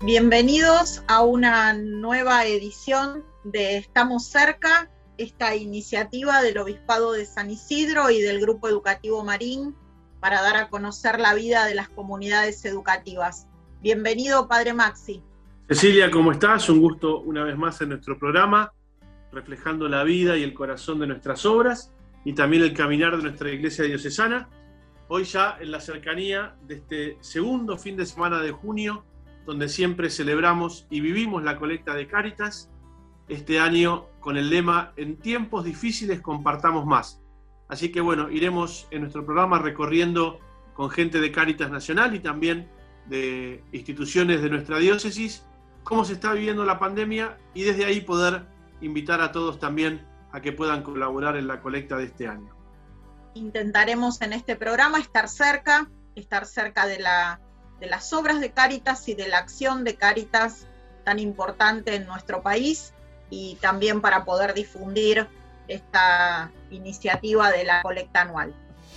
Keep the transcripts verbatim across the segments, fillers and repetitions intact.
Bienvenidos a una nueva edición de Estamos Cerca, esta iniciativa del Obispado de San Isidro y del Grupo Educativo Marín para dar a conocer la vida de las comunidades educativas. Bienvenido, Padre Maxi. Cecilia, ¿cómo estás? Un gusto una vez más en nuestro programa, reflejando la vida y el corazón de nuestras obras y también el caminar de nuestra Iglesia Diocesana. Hoy ya en la cercanía de este segundo fin de semana de junio, donde siempre celebramos y vivimos la colecta de Cáritas, este año con el lema "En tiempos difíciles compartamos más". Así que bueno, iremos en nuestro programa recorriendo con gente de Cáritas Nacional y también de instituciones de nuestra diócesis cómo se está viviendo la pandemia y desde ahí poder invitar a todos también a que puedan colaborar en la colecta de este año. Intentaremos en este programa estar cerca, estar cerca de la de las obras de Cáritas y de la acción de Cáritas tan importante en nuestro país, y también para poder difundir esta iniciativa de la colecta anual.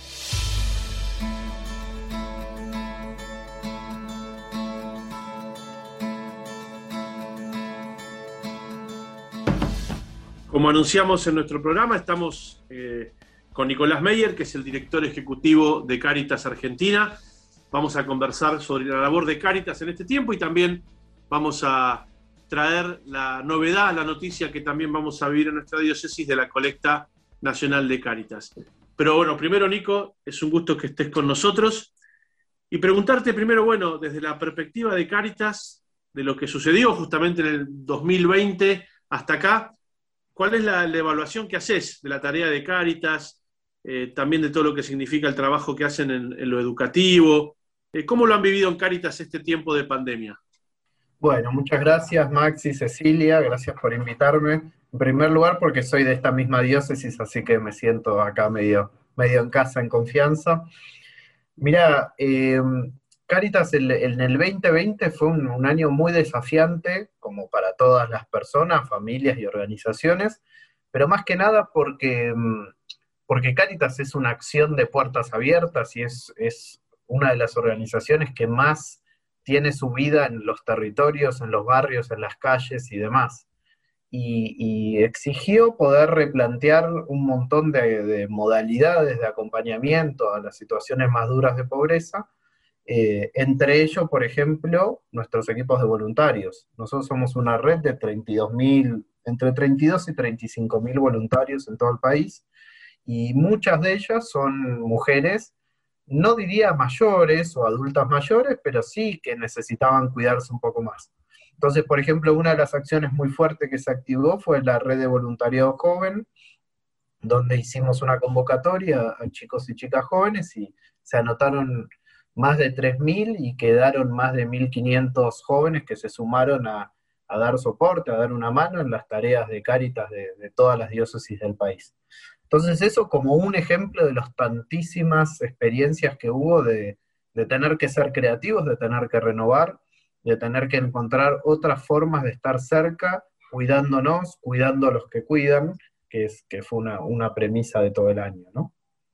Como anunciamos en nuestro programa, estamos eh, con Nicolás Meyer, que es el director ejecutivo de Cáritas Argentina. Vamos a conversar sobre la labor de Cáritas en este tiempo y también vamos a traer la novedad, la noticia que también vamos a vivir en nuestra diócesis de la colecta nacional de Cáritas. Pero bueno, primero, Nico, es un gusto que estés con nosotros y preguntarte primero, bueno, desde la perspectiva de Cáritas, de lo que sucedió justamente en el dos mil veinte hasta acá, ¿cuál es la, la evaluación que haces de la tarea de Cáritas, eh, también de todo lo que significa el trabajo que hacen en, en lo educativo? ¿Cómo lo han vivido en Cáritas este tiempo de pandemia? Bueno, muchas gracias, Maxi, Cecilia, gracias por invitarme. En primer lugar, porque soy de esta misma diócesis, así que me siento acá medio, medio en casa, en confianza. Mira, eh, Cáritas en el, el veinte veinte fue un, un año muy desafiante, como para todas las personas, familias y organizaciones, pero más que nada porque, porque Cáritas es una acción de puertas abiertas y es... es una de las organizaciones que más tiene su vida en los territorios, en los barrios, en las calles y demás. Y, y exigió poder replantear un montón de, de modalidades de acompañamiento a las situaciones más duras de pobreza, eh, entre ellos, por ejemplo, nuestros equipos de voluntarios. Nosotros somos una red de treinta y dos mil, entre treinta y dos y treinta y cinco mil voluntarios en todo el país, y muchas de ellas son mujeres, no diría mayores o adultas mayores, pero sí que necesitaban cuidarse un poco más. Entonces, por ejemplo, una de las acciones muy fuertes que se activó fue la red de voluntariado joven, donde hicimos una convocatoria a chicos y chicas jóvenes y se anotaron más de tres mil y quedaron más de mil quinientos jóvenes que se sumaron a, a dar soporte, a dar una mano en las tareas de Cáritas de, de todas las diócesis del país. Entonces eso como un ejemplo de las tantísimas experiencias que hubo de, de tener que ser creativos, de tener que renovar, de tener que encontrar otras formas de estar cerca, cuidándonos, cuidando a los que cuidan, que, es, que fue una, una premisa de todo el año, ¿no?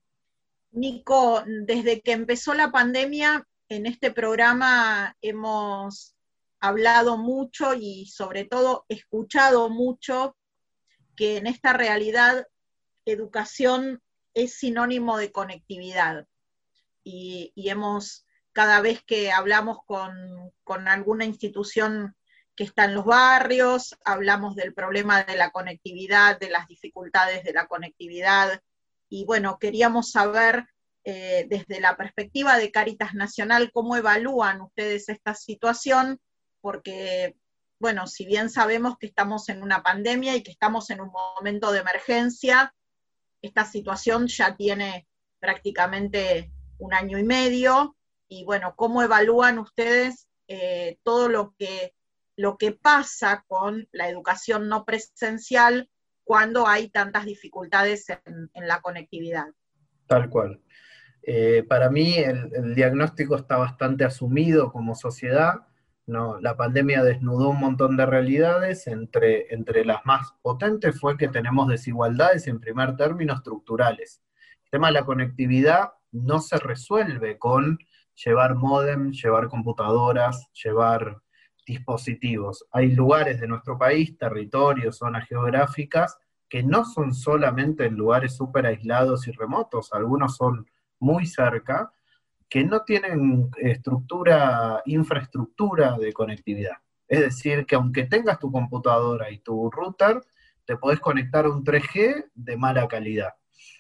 Nico, desde que empezó la pandemia, en este programa hemos hablado mucho y sobre todo escuchado mucho que en esta realidad educación es sinónimo de conectividad, y, y hemos, cada vez que hablamos con, con alguna institución que está en los barrios, hablamos del problema de la conectividad, de las dificultades de la conectividad, y bueno, queríamos saber eh, desde la perspectiva de Cáritas Nacional cómo evalúan ustedes esta situación, porque bueno, si bien sabemos que estamos en una pandemia y que estamos en un momento de emergencia, esta situación ya tiene prácticamente un año y medio, y bueno, ¿cómo evalúan ustedes eh, todo lo que, lo que pasa con la educación no presencial cuando hay tantas dificultades en, en la conectividad? Tal cual. Eh, para mí el, el diagnóstico está bastante asumido como sociedad, ¿no? La pandemia desnudó un montón de realidades, entre, entre las más potentes fue que tenemos desigualdades en primer término estructurales. El tema de la conectividad no se resuelve con llevar módem, llevar computadoras, llevar dispositivos. Hay lugares de nuestro país, territorios, zonas geográficas, que no son solamente en lugares súper aislados y remotos, algunos son muy cerca, que no tienen estructura, infraestructura de conectividad. Es decir, que aunque tengas tu computadora y tu router, te podés conectar a un tres G de mala calidad.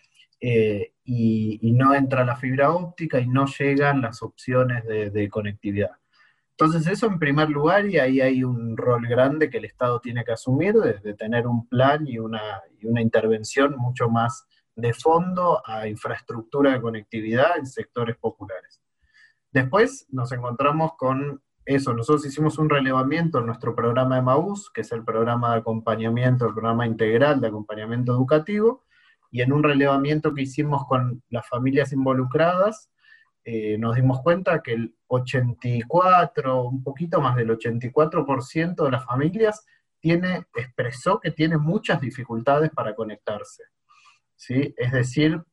Eh, y, y no entra la fibra óptica y no llegan las opciones de, de conectividad. Entonces eso en primer lugar, y ahí hay un rol grande que el Estado tiene que asumir, de, de tener un plan y una, y una intervención mucho más de fondo a infraestructura de conectividad en sectores populares. Después nos encontramos con eso, nosotros hicimos un relevamiento en nuestro programa de MAUS, que es el programa de acompañamiento, el programa integral de acompañamiento educativo, y en un relevamiento que hicimos con las familias involucradas, eh, nos dimos cuenta que el ochenta y cuatro, un poquito más del ochenta y cuatro por ciento de las familias tiene, expresó que tiene muchas dificultades para conectarse, ¿sí? Es decir,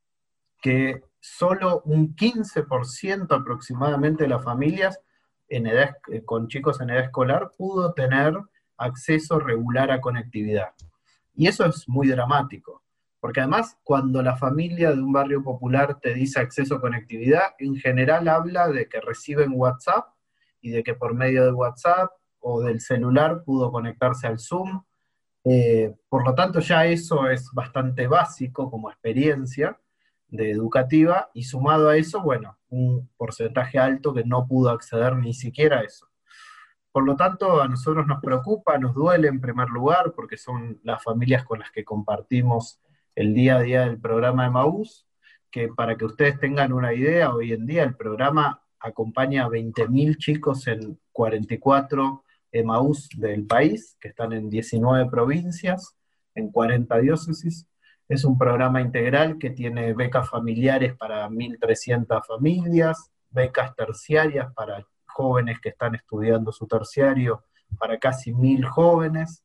que solo un quince por ciento aproximadamente de las familias en edad, con chicos en edad escolar pudo tener acceso regular a conectividad. Y eso es muy dramático, porque además cuando la familia de un barrio popular te dice acceso a conectividad, en general habla de que reciben WhatsApp y de que por medio de WhatsApp o del celular pudo conectarse al Zoom. Eh, por lo tanto ya eso es bastante básico como experiencia de educativa, y sumado a eso, bueno, un porcentaje alto que no pudo acceder ni siquiera a eso. Por lo tanto, a nosotros nos preocupa, nos duele en primer lugar, porque son las familias con las que compartimos el día a día del programa de MAUS, que para que ustedes tengan una idea, hoy en día el programa acompaña a veinte mil chicos en cuarenta y cuatro MAUS del país, que están en diecinueve provincias, en cuarenta diócesis. Es un programa integral que tiene becas familiares para mil trescientas familias, becas terciarias para jóvenes que están estudiando su terciario, para casi mil jóvenes.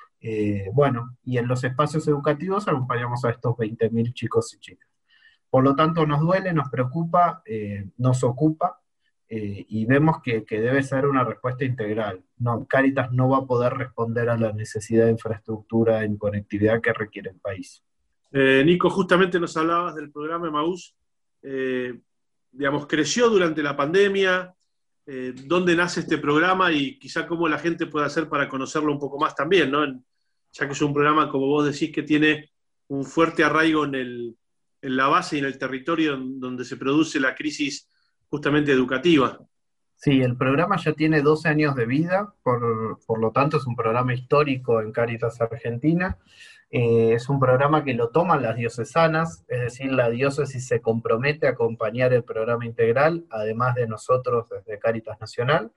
Eh, bueno, y en los espacios educativos acompañamos a estos veinte mil chicos y chicas. Por lo tanto, nos duele, nos preocupa, eh, nos ocupa, eh, y vemos que, que debe ser una respuesta integral. No, Cáritas no va a poder responder a la necesidad de infraestructura en conectividad que requiere el país. Eh, Nico, justamente nos hablabas del programa MAUS, eh, digamos, creció durante la pandemia, eh, dónde nace este programa y quizá cómo la gente puede hacer para conocerlo un poco más también, ¿no? En, ya que es un programa, como vos decís, que tiene un fuerte arraigo en, el, en la base y en el territorio en donde se produce la crisis justamente educativa. Sí, el programa ya tiene doce años de vida, por, por lo tanto es un programa histórico en Cáritas Argentina. Eh, es un programa que lo toman las diocesanas, es decir, la diócesis se compromete a acompañar el programa integral, además de nosotros desde Cáritas Nacional.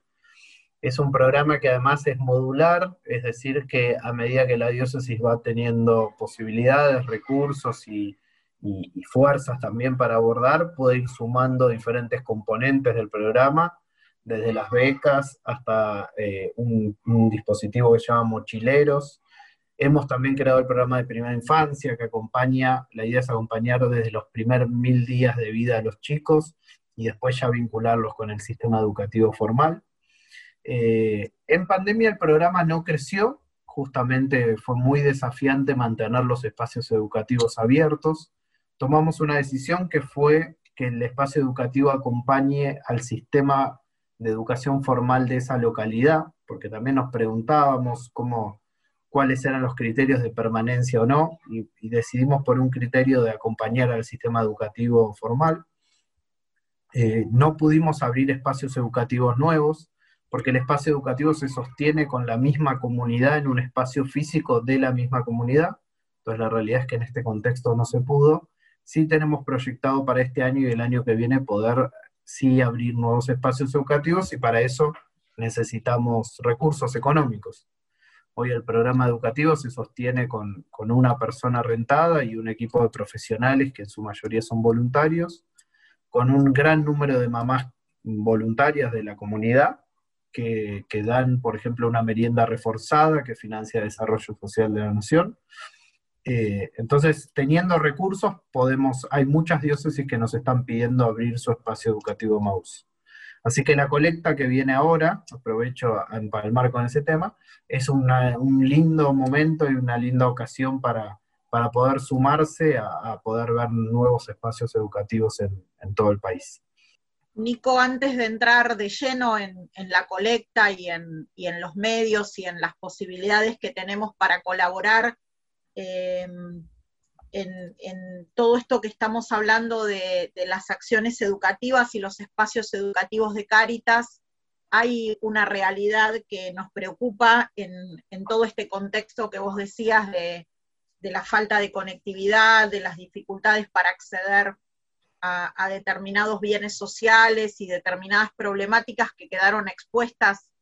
Es un programa que además es modular, es decir, que a medida que la diócesis va teniendo posibilidades, recursos y, y, y fuerzas también para abordar, puede ir sumando diferentes componentes del programa, desde las becas hasta eh, un, un dispositivo que se llama Mochileros. Hemos también creado el programa de primera infancia, que acompaña, la idea es acompañar desde los primeros mil días de vida a los chicos, y después ya vincularlos con el sistema educativo formal. Eh, en pandemia el programa no creció, justamente fue muy desafiante mantener los espacios educativos abiertos. Tomamos una decisión que fue que el espacio educativo acompañe al sistema de educación formal de esa localidad, porque también nos preguntábamos cómo, cuáles eran los criterios de permanencia o no, y, y decidimos por un criterio de acompañar al sistema educativo formal. Eh, no pudimos abrir espacios educativos nuevos, porque el espacio educativo se sostiene con la misma comunidad en un espacio físico de la misma comunidad. Entonces la realidad es que en este contexto no se pudo. Sí tenemos proyectado para este año y el año que viene poder sí abrir nuevos espacios educativos, y para eso necesitamos recursos económicos. Hoy el programa educativo se sostiene con, con una persona rentada y un equipo de profesionales que en su mayoría son voluntarios, con un gran número de mamás voluntarias de la comunidad, Que, que dan, por ejemplo, una merienda reforzada que financia el desarrollo social de la nación. Eh, entonces, teniendo recursos, podemos, hay muchas diócesis que nos están pidiendo abrir su espacio educativo MAUS. Así que la colecta que viene ahora, aprovecho a empalmar con ese tema, es una, un lindo momento y una linda ocasión para, para poder sumarse a, a poder ver nuevos espacios educativos en, en todo el país. Nico, antes de entrar de lleno en, en la colecta y en, y en los medios y en las posibilidades que tenemos para colaborar, eh, En, en todo esto que estamos hablando de, de las acciones educativas y los espacios educativos de Cáritas, hay una realidad que nos preocupa en, en todo este contexto que vos decías de, de la falta de conectividad, de las dificultades para acceder a, a determinados bienes sociales y determinadas problemáticas que quedaron expuestas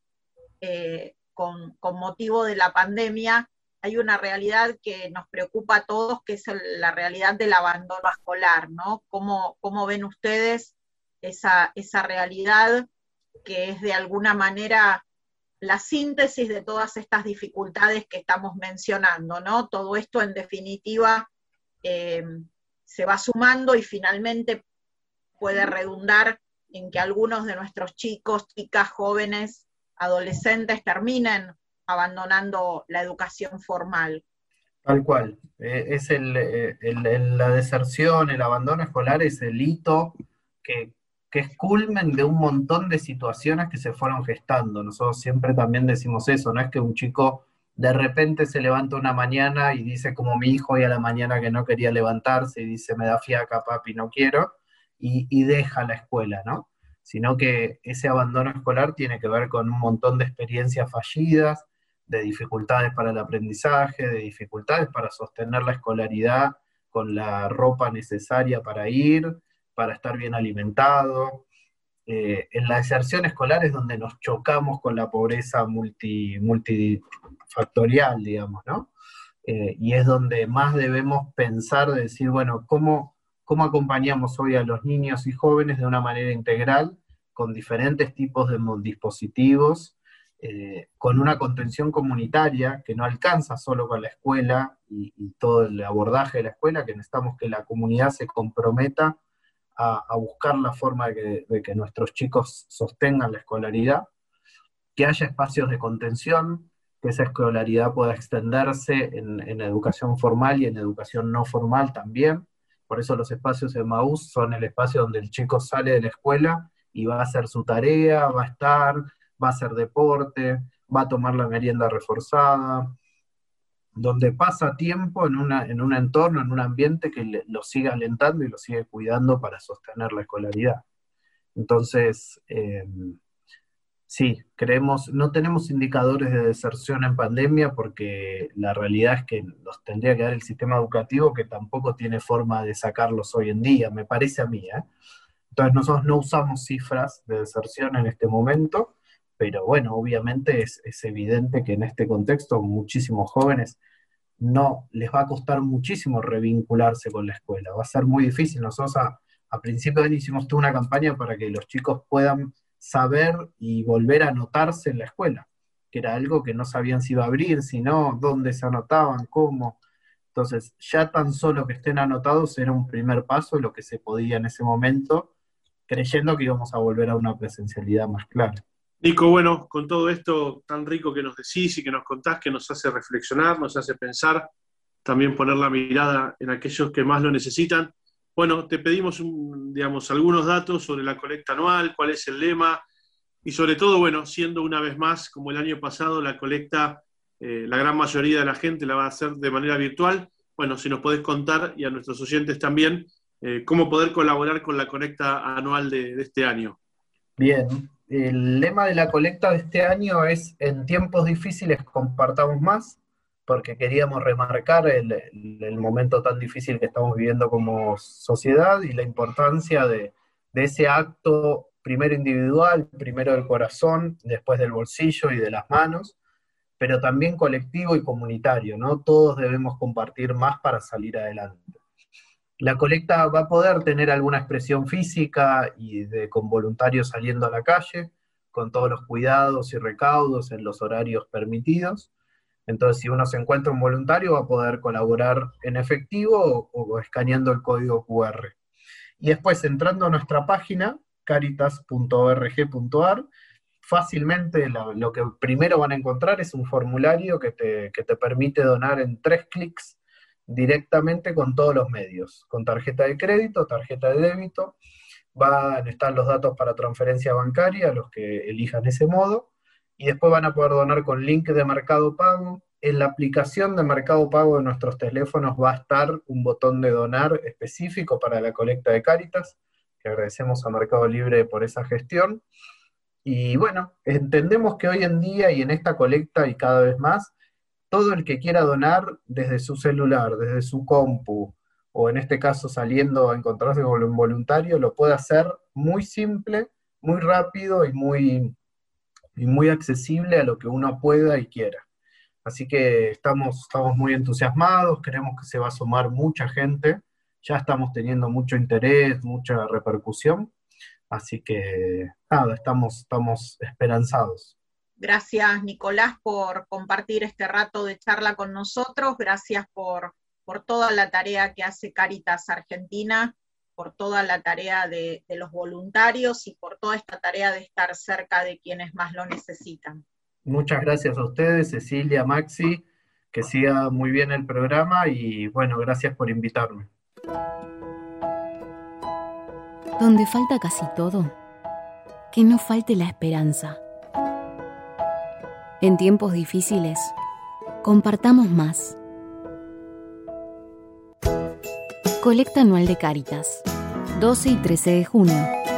eh, con, con motivo de la pandemia. Hay una realidad que nos preocupa a todos, que es el, la realidad del abandono escolar, ¿no? ¿Cómo, cómo ven ustedes esa, esa realidad que es de alguna manera la síntesis de todas estas dificultades que estamos mencionando, ¿no? Todo esto en definitiva eh, se va sumando y finalmente puede redundar en que algunos de nuestros chicos, chicas, jóvenes, adolescentes terminen abandonando la educación formal. Tal cual. Eh, es el, el, el, la deserción, el abandono escolar es el hito que, que es culmen de un montón de situaciones que se fueron gestando. Nosotros siempre también decimos eso, no es que un chico de repente se levanta una mañana y dice como mi hijo hoy a la mañana que no quería levantarse y dice me da fiaca papi, no quiero, y, y deja la escuela, ¿no? Sino que ese abandono escolar tiene que ver con un montón de experiencias fallidas, de dificultades para el aprendizaje, de dificultades para sostener la escolaridad con la ropa necesaria para ir, para estar bien alimentado. Eh, en la deserción escolar es donde nos chocamos con la pobreza multi, multifactorial, digamos, ¿no? Eh, y es donde más debemos pensar de decir, bueno, ¿cómo, cómo acompañamos hoy a los niños y jóvenes de una manera integral, con diferentes tipos de dispositivos, Eh, con una contención comunitaria que no alcanza solo con la escuela y, y todo el abordaje de la escuela, que necesitamos que la comunidad se comprometa a, a buscar la forma de que, de que nuestros chicos sostengan la escolaridad, que haya espacios de contención, que esa escolaridad pueda extenderse en, en educación formal y en educación no formal también. Por eso los espacios de Emaús son el espacio donde el chico sale de la escuela y va a hacer su tarea, va a estar, va a hacer deporte, va a tomar la merienda reforzada, donde pasa tiempo en, una, en un entorno, en un ambiente que le, lo sigue alentando y lo sigue cuidando para sostener la escolaridad. Entonces, eh, sí, creemos, no tenemos indicadores de deserción en pandemia porque la realidad es que los tendría que dar el sistema educativo, que tampoco tiene forma de sacarlos hoy en día, me parece a mí, ¿eh? Entonces nosotros no usamos cifras de deserción en este momento, pero bueno, obviamente es, es evidente que en este contexto muchísimos jóvenes no les va a costar muchísimo revincularse con la escuela, va a ser muy difícil. Nosotros a, a principio de año hicimos toda una campaña para que los chicos puedan saber y volver a anotarse en la escuela, que era algo que no sabían si iba a abrir, si no, dónde se anotaban, cómo. Entonces, ya tan solo que estén anotados era un primer paso de lo que se podía en ese momento, creyendo que íbamos a volver a una presencialidad más clara. Nico, bueno, con todo esto tan rico que nos decís y que nos contás, que nos hace reflexionar, nos hace pensar, también poner la mirada en aquellos que más lo necesitan. Bueno, te pedimos un, digamos, algunos datos sobre la colecta anual, cuál es el lema, y sobre todo, bueno, siendo una vez más, como el año pasado, la colecta, eh, la gran mayoría de la gente la va a hacer de manera virtual. Bueno, si nos podés contar, y a nuestros oyentes también, eh, cómo poder colaborar con la colecta anual de, de este año. Bien, el lema de la colecta de este año es: en tiempos difíciles compartamos más, porque queríamos remarcar el, el, el momento tan difícil que estamos viviendo como sociedad y la importancia de, de ese acto primero individual, primero del corazón, después del bolsillo y de las manos, pero también colectivo y comunitario, ¿no? Todos debemos compartir más para salir adelante. La colecta va a poder tener alguna expresión física y de, con voluntarios saliendo a la calle, con todos los cuidados y recaudos en los horarios permitidos. Entonces, si uno se encuentra un voluntario, va a poder colaborar en efectivo o, o escaneando el código cu erre. Y después, entrando a nuestra página, caritas punto org punto ar. Fácilmente lo, lo que primero van a encontrar es un formulario que te, que te permite donar en tres clics directamente con todos los medios, con tarjeta de crédito, tarjeta de débito, van a estar los datos para transferencia bancaria, los que elijan ese modo, y después van a poder donar con link de Mercado Pago. En la aplicación de Mercado Pago de nuestros teléfonos va a estar un botón de donar específico para la colecta de Cáritas, que agradecemos a Mercado Libre por esa gestión. Y bueno, entendemos que hoy en día y en esta colecta y cada vez más, todo el que quiera donar desde su celular, desde su compu, o en este caso saliendo a encontrarse con un voluntario, lo puede hacer muy simple, muy rápido y muy, y muy accesible a lo que uno pueda y quiera. Así que estamos, estamos muy entusiasmados, creemos que se va a sumar mucha gente, ya estamos teniendo mucho interés, mucha repercusión. Así que, nada, estamos, estamos esperanzados. Gracias, Nicolás, por compartir este rato de charla con nosotros. Gracias por, por toda la tarea que hace Cáritas Argentina, por toda la tarea de, de los voluntarios y por toda esta tarea de estar cerca de quienes más lo necesitan. Muchas gracias a ustedes, Cecilia, Maxi, que siga muy bien el programa y, bueno, gracias por invitarme. Donde falta casi todo, que no falte la esperanza. En tiempos difíciles, compartamos más. Colecta anual de Cáritas, doce y trece de junio.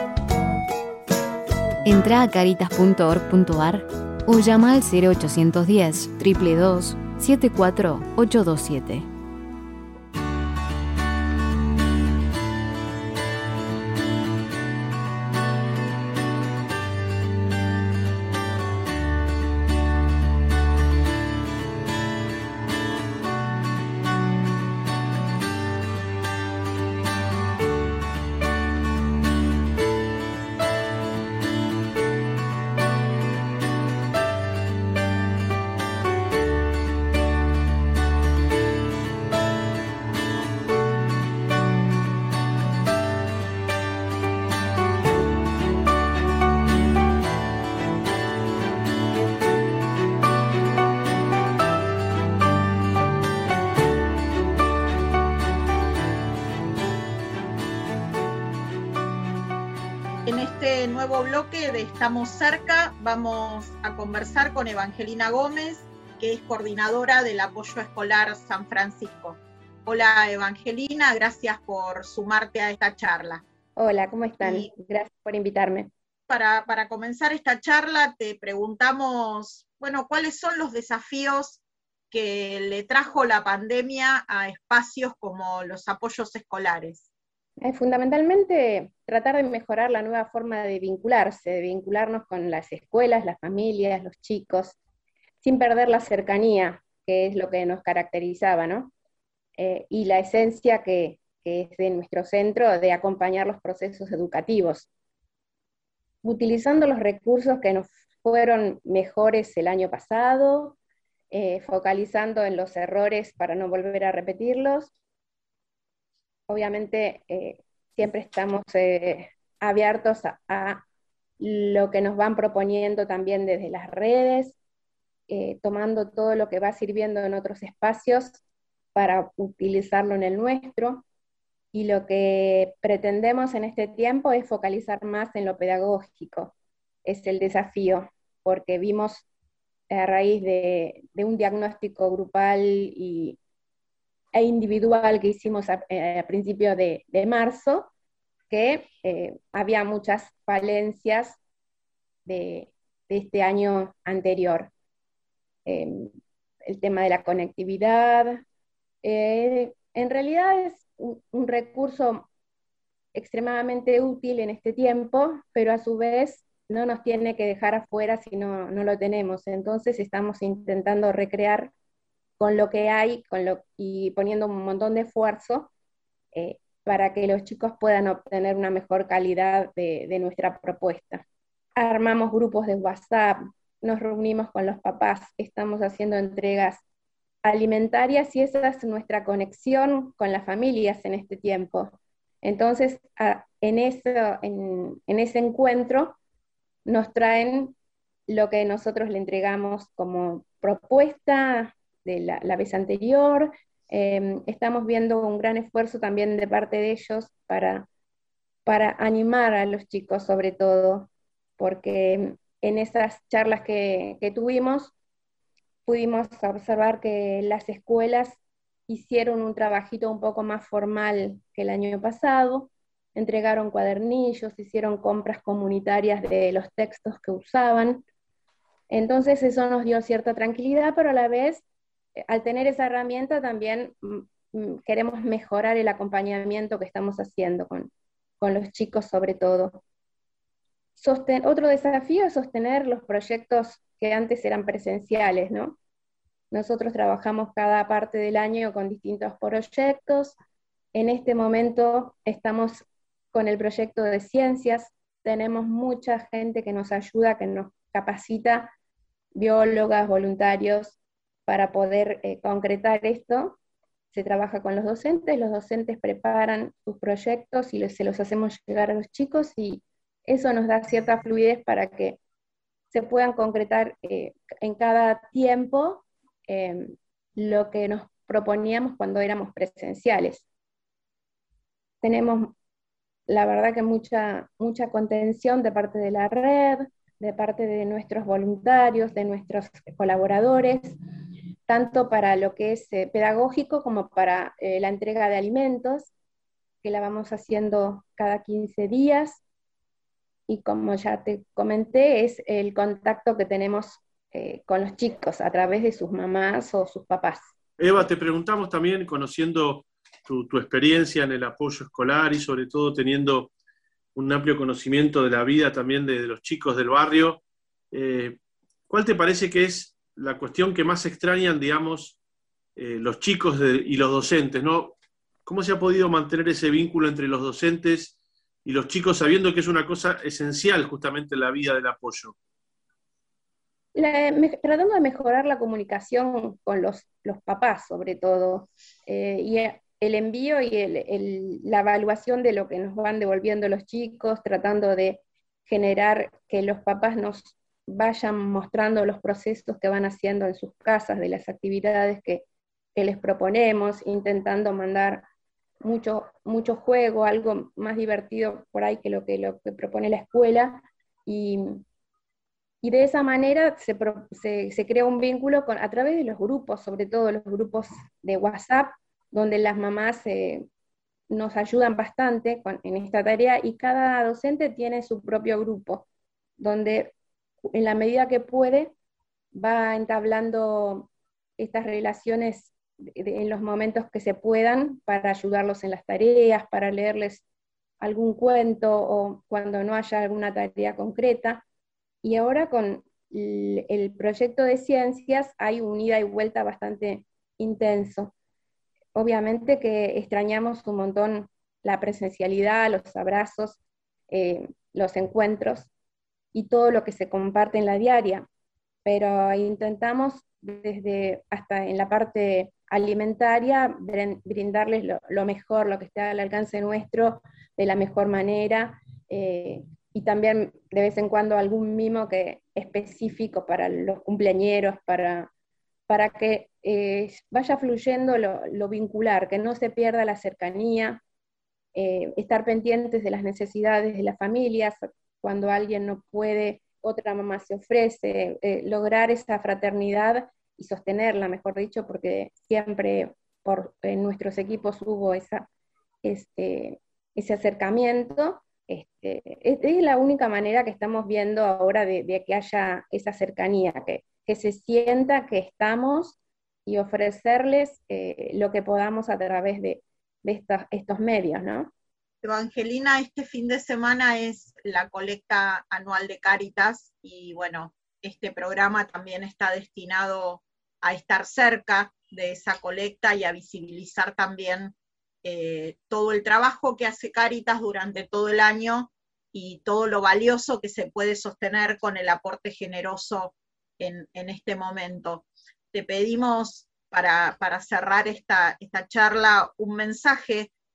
Entra a caritas punto org punto ar o llama al cero ochocientos diez, dos dos dos, siete cuatro ocho dos siete. Bloque de Estamos Cerca, vamos a conversar con Evangelina Gómez, que es coordinadora del Apoyo Escolar San Francisco. Hola Evangelina, gracias por sumarte a esta charla. Hola, ¿cómo están? Y gracias por invitarme. Para, para comenzar esta charla te preguntamos, bueno, ¿cuáles son los desafíos que le trajo la pandemia a espacios como los apoyos escolares? Eh, fundamentalmente, tratar de mejorar la nueva forma de vincularse, de vincularnos con las escuelas, las familias, los chicos, sin perder la cercanía, que es lo que nos caracterizaba, ¿no? Eh, y la esencia que, que es de nuestro centro, de acompañar los procesos educativos. Utilizando los recursos que nos fueron mejores el año pasado, eh, focalizando en los errores para no volver a repetirlos. Obviamente eh, siempre estamos eh, abiertos a, a lo que nos van proponiendo también desde las redes, eh, tomando todo lo que va sirviendo en otros espacios para utilizarlo en el nuestro, y lo que pretendemos en este tiempo es focalizar más en lo pedagógico. Es el desafío, porque vimos a raíz de, de un diagnóstico grupal y e individual que hicimos a, eh, a principios de, de marzo, que eh, había muchas falencias de, de este año anterior. Eh, el tema de la conectividad, eh, en realidad es un, un recurso extremadamente útil en este tiempo, pero a su vez no nos tiene que dejar afuera si no, no lo tenemos. Entonces estamos intentando recrear con lo que hay con lo, y poniendo un montón de esfuerzo eh, para que los chicos puedan obtener una mejor calidad de, de nuestra propuesta. Armamos grupos de WhatsApp, nos reunimos con los papás, estamos haciendo entregas alimentarias y esa es nuestra conexión con las familias en este tiempo. Entonces, a, en, eso, en, en ese encuentro nos traen lo que nosotros le entregamos como propuesta de la, la vez anterior. Eh, estamos viendo un gran esfuerzo también de parte de ellos para, para animar a los chicos sobre todo, porque en esas charlas que, que tuvimos pudimos observar que las escuelas hicieron un trabajito un poco más formal que el año pasado, entregaron cuadernillos, hicieron compras comunitarias de los textos que usaban. Entonces eso nos dio cierta tranquilidad, pero a la vez, al tener esa herramienta también mm, queremos mejorar el acompañamiento que estamos haciendo con, con los chicos sobre todo. Sosten- otro desafío es sostener los proyectos que antes eran presenciales, ¿no? Nosotros trabajamos cada parte del año con distintos proyectos. En este momento estamos con el proyecto de ciencias, tenemos mucha gente que nos ayuda, que nos capacita, biólogas, voluntarios, para poder eh, concretar esto. Se trabaja con los docentes, los docentes preparan sus proyectos y les, se los hacemos llegar a los chicos, y eso nos da cierta fluidez para que se puedan concretar eh, en cada tiempo eh, lo que nos proponíamos cuando éramos presenciales. Tenemos, la verdad que mucha, mucha contención de parte de la red, de parte de nuestros voluntarios, de nuestros colaboradores, tanto para lo que es eh, pedagógico como para eh, la entrega de alimentos, que la vamos haciendo cada quince días, y como ya te comenté, es el contacto que tenemos eh, con los chicos a través de sus mamás o sus papás. Eva, te preguntamos también, conociendo tu, tu experiencia en el apoyo escolar y sobre todo teniendo un amplio conocimiento de la vida también de, de los chicos del barrio, eh, ¿cuál te parece que es la cuestión que más extrañan, digamos, eh, los chicos de, y los docentes, ¿no? ¿Cómo se ha podido mantener ese vínculo entre los docentes y los chicos, sabiendo que es una cosa esencial justamente en la vida del apoyo? La, me, tratando de mejorar la comunicación con los, los papás, sobre todo, eh, y el envío y el, el, la evaluación de lo que nos van devolviendo los chicos, tratando de generar que los papás nos vayan mostrando los procesos que van haciendo en sus casas, de las actividades que, que les proponemos, intentando mandar mucho, mucho juego, algo más divertido por ahí que lo que, lo que propone la escuela, y, y de esa manera se, se, se crea un vínculo con, a través de los grupos, sobre todo los grupos de WhatsApp, donde las mamás eh, nos ayudan bastante con, en esta tarea, y cada docente tiene su propio grupo, donde en la medida que puede va entablando estas relaciones en los momentos que se puedan para ayudarlos en las tareas, para leerles algún cuento o cuando no haya alguna tarea concreta. Y ahora con el proyecto de ciencias hay un ida y vuelta bastante intenso. Obviamente que extrañamos un montón la presencialidad, los abrazos, eh, los encuentros y todo lo que se comparte en la diaria, pero intentamos desde hasta en la parte alimentaria brindarles lo, lo mejor, lo que esté al alcance nuestro, de la mejor manera, eh, y también de vez en cuando algún mimo que específico para los cumpleañeros, para, para que eh, vaya fluyendo lo, lo vincular, que no se pierda la cercanía, eh, estar pendientes de las necesidades de las familias, cuando alguien no puede, otra mamá se ofrece, eh, lograr esa fraternidad y sostenerla, mejor dicho, porque siempre por, en nuestros equipos hubo esa, este, ese acercamiento. Este, es, es la única manera que estamos viendo ahora de, de que haya esa cercanía, que, que se sienta que estamos, y ofrecerles eh, lo que podamos a través de, de estos, estos medios, ¿no? Evangelina, este fin de semana es la colecta anual de Cáritas, y bueno, este programa también está destinado a estar cerca de esa colecta y a visibilizar también eh, todo el trabajo que hace Cáritas durante todo el año y todo lo valioso que se puede sostener con el aporte generoso en, en este momento. Te pedimos para, para cerrar esta, esta charla un mensaje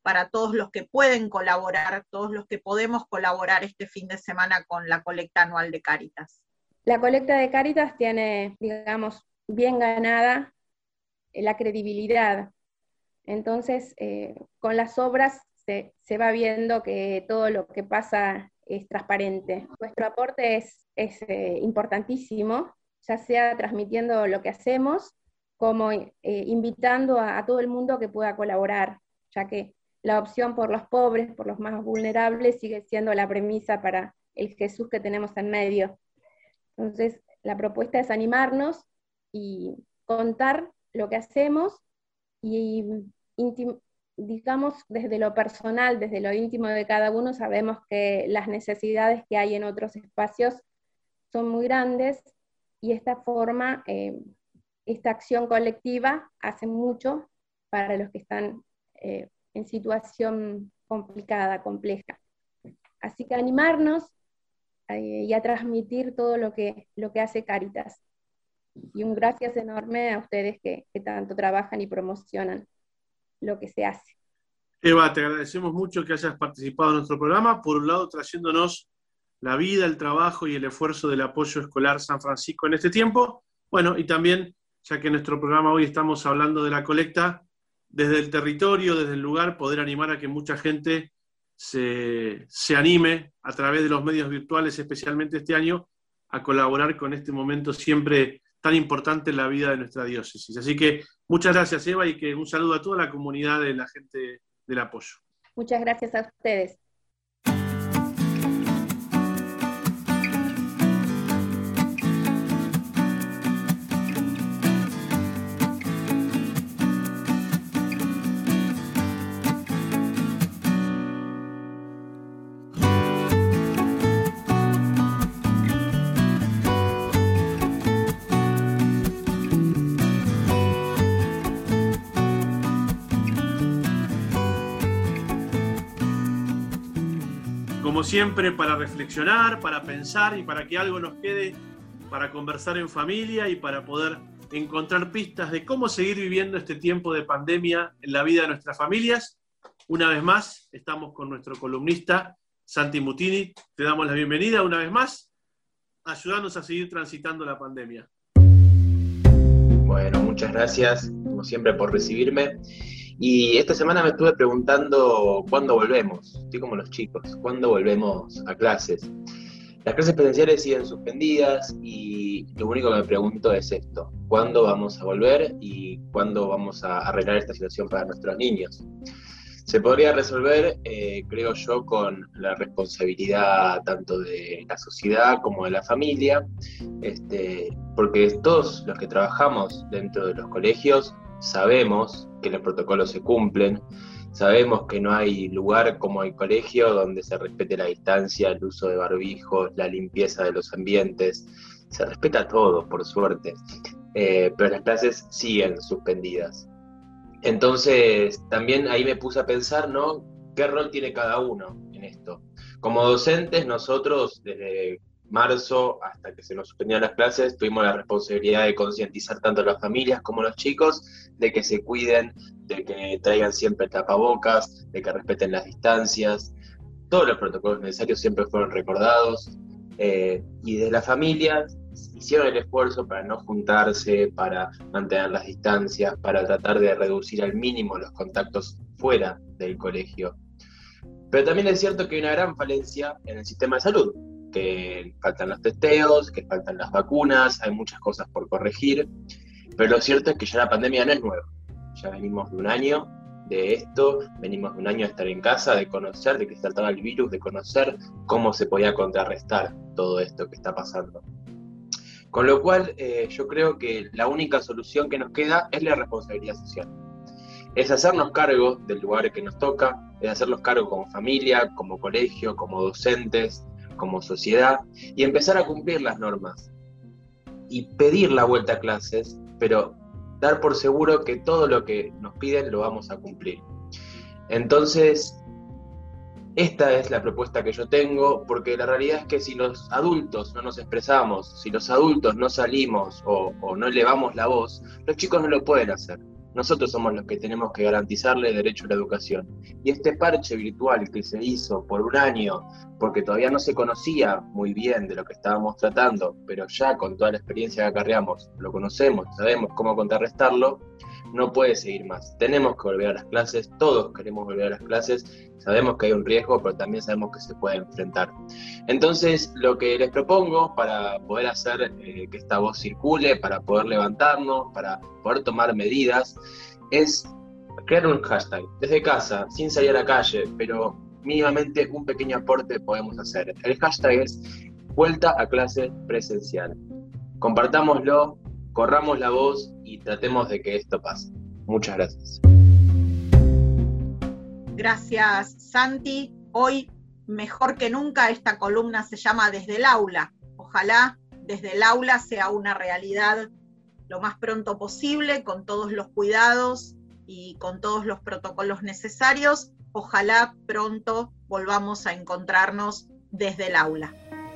para todos los que pueden colaborar, todos los que podemos colaborar este fin de semana con la colecta anual de Cáritas. La colecta de Cáritas tiene, digamos, bien ganada la credibilidad. Entonces, eh, con las obras se, se va viendo que todo lo que pasa es transparente. Nuestro aporte es, es eh, importantísimo, ya sea transmitiendo lo que hacemos, como eh, invitando a, a todo el mundo que pueda colaborar, ya que la opción por los pobres, por los más vulnerables, sigue siendo la premisa para el Jesús que tenemos en medio. Entonces, la propuesta es animarnos y contar lo que hacemos y, intim- digamos, desde lo personal, desde lo íntimo de cada uno, sabemos que las necesidades que hay en otros espacios son muy grandes y esta forma, eh, esta acción colectiva hace mucho para los que están eh, en situación complicada, compleja. Así que animarnos eh, y a transmitir todo lo que, lo que hace Cáritas. Y un gracias enorme a ustedes que, que tanto trabajan y promocionan lo que se hace. Eva, te agradecemos mucho que hayas participado en nuestro programa, por un lado trayéndonos la vida, el trabajo y el esfuerzo del apoyo escolar San Francisco en este tiempo, bueno, y también, ya que en nuestro programa hoy estamos hablando de la colecta, desde el territorio, desde el lugar, poder animar a que mucha gente se, se anime a través de los medios virtuales, especialmente este año, a colaborar con este momento siempre tan importante en la vida de nuestra diócesis. Así que muchas gracias, Eva, y que un saludo a toda la comunidad de la gente del apoyo. Muchas gracias a ustedes. Como siempre, para reflexionar, para pensar y para que algo nos quede, para conversar en familia y para poder encontrar pistas de cómo seguir viviendo este tiempo de pandemia en la vida de nuestras familias. Una vez más, estamos con nuestro columnista, Santi Mutini. Te damos la bienvenida una vez más. Ayúdanos a seguir transitando la pandemia. Bueno, muchas gracias, como siempre, por recibirme. Y esta semana me estuve preguntando cuándo volvemos. Estoy como los chicos, ¿cuándo volvemos a clases? Las clases presenciales siguen suspendidas y lo único que me pregunto es esto: ¿cuándo vamos a volver y cuándo vamos a arreglar esta situación para nuestros niños? Se podría resolver, eh, creo yo, con la responsabilidad tanto de la sociedad como de la familia, este, porque todos los que trabajamos dentro de los colegios sabemos que los protocolos se cumplen, sabemos que no hay lugar como el colegio donde se respete la distancia, el uso de barbijos, la limpieza de los ambientes, se respeta todo, por suerte, eh, pero las clases siguen suspendidas. Entonces, también ahí me puse a pensar, ¿no?, ¿qué rol tiene cada uno en esto? Como docentes, nosotros desde marzo hasta que se nos suspendían las clases, tuvimos la responsabilidad de concientizar tanto a las familias como a los chicos de que se cuiden, de que traigan siempre tapabocas, de que respeten las distancias. Todos los protocolos necesarios siempre fueron recordados, eh, y de las familias hicieron el esfuerzo para no juntarse, para mantener las distancias, para tratar de reducir al mínimo los contactos fuera del colegio. Pero también es cierto que hay una gran falencia en el sistema de salud, que faltan los testeos, que faltan las vacunas, hay muchas cosas por corregir, pero lo cierto es que ya la pandemia no es nueva. Ya venimos de un año de esto, venimos de un año de estar en casa, de conocer de qué se trataba el virus, de conocer cómo se podía contrarrestar todo esto que está pasando. Con lo cual, eh, yo creo que la única solución que nos queda es la responsabilidad social. Es hacernos cargo del lugar que nos toca, es hacernos cargo como familia, como colegio, como docentes, como sociedad, y empezar a cumplir las normas. Y pedir la vuelta a clases, pero dar por seguro que todo lo que nos piden lo vamos a cumplir. Entonces, esta es la propuesta que yo tengo, porque la realidad es que si los adultos no nos expresamos, si los adultos no salimos o, o no elevamos la voz, los chicos no lo pueden hacer. nosotros somos los que tenemos que garantizarle derecho a la educación. Y este parche virtual que se hizo por un año, porque todavía no se conocía muy bien de lo que estábamos tratando, pero ya con toda la experiencia que acarreamos, lo conocemos, sabemos cómo contrarrestarlo, no puede seguir más. Tenemos que volver a las clases, todos queremos volver a las clases, sabemos que hay un riesgo, pero también sabemos que se puede enfrentar. Entonces, lo que les propongo para poder hacer eh, que esta voz circule, para poder levantarnos, para poder tomar medidas, es crear un hashtag, desde casa, sin salir a la calle, pero mínimamente un pequeño aporte podemos hacer. El hashtag es vuelta a clase presencial. Compartámoslo, corramos la voz y tratemos de que esto pase. Muchas gracias. Gracias, Santi. Hoy, mejor que nunca, esta columna se llama Desde el Aula. Ojalá desde el aula sea una realidad lo más pronto posible, con todos los cuidados y con todos los protocolos necesarios. Ojalá pronto volvamos a encontrarnos desde el aula.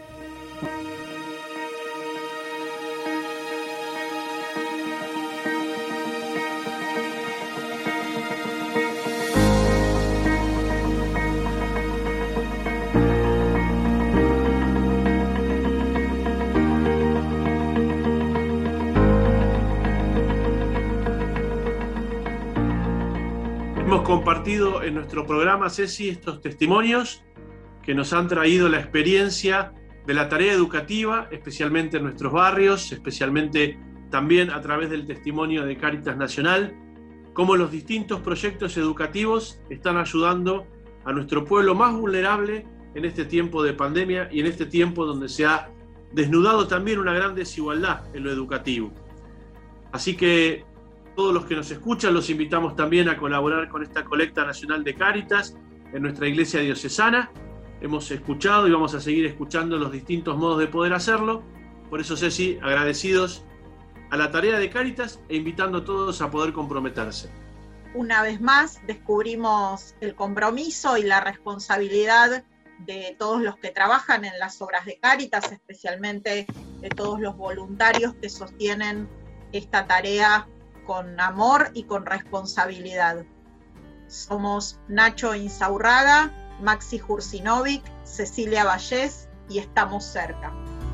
Hemos compartido en nuestro programa, Ceci, estos testimonios que nos han traído la experiencia de la tarea educativa, especialmente en nuestros barrios, especialmente también a través del testimonio de Cáritas Nacional, cómo los distintos proyectos educativos están ayudando a nuestro pueblo más vulnerable en este tiempo de pandemia y en este tiempo donde se ha desnudado también una gran desigualdad en lo educativo. Así que todos los que nos escuchan los invitamos también a colaborar con esta colecta nacional de Cáritas en nuestra iglesia diocesana. Hemos escuchado y vamos a seguir escuchando los distintos modos de poder hacerlo. Por eso, Ceci, agradecidos a la tarea de Cáritas e invitando a todos a poder comprometerse. Una vez más, descubrimos el compromiso y la responsabilidad de todos los que trabajan en las obras de Cáritas, especialmente de todos los voluntarios que sostienen esta tarea con amor y con responsabilidad. Somos Nacho Insaurraga, Maxi Jursinovic, Cecilia Vallés y estamos cerca.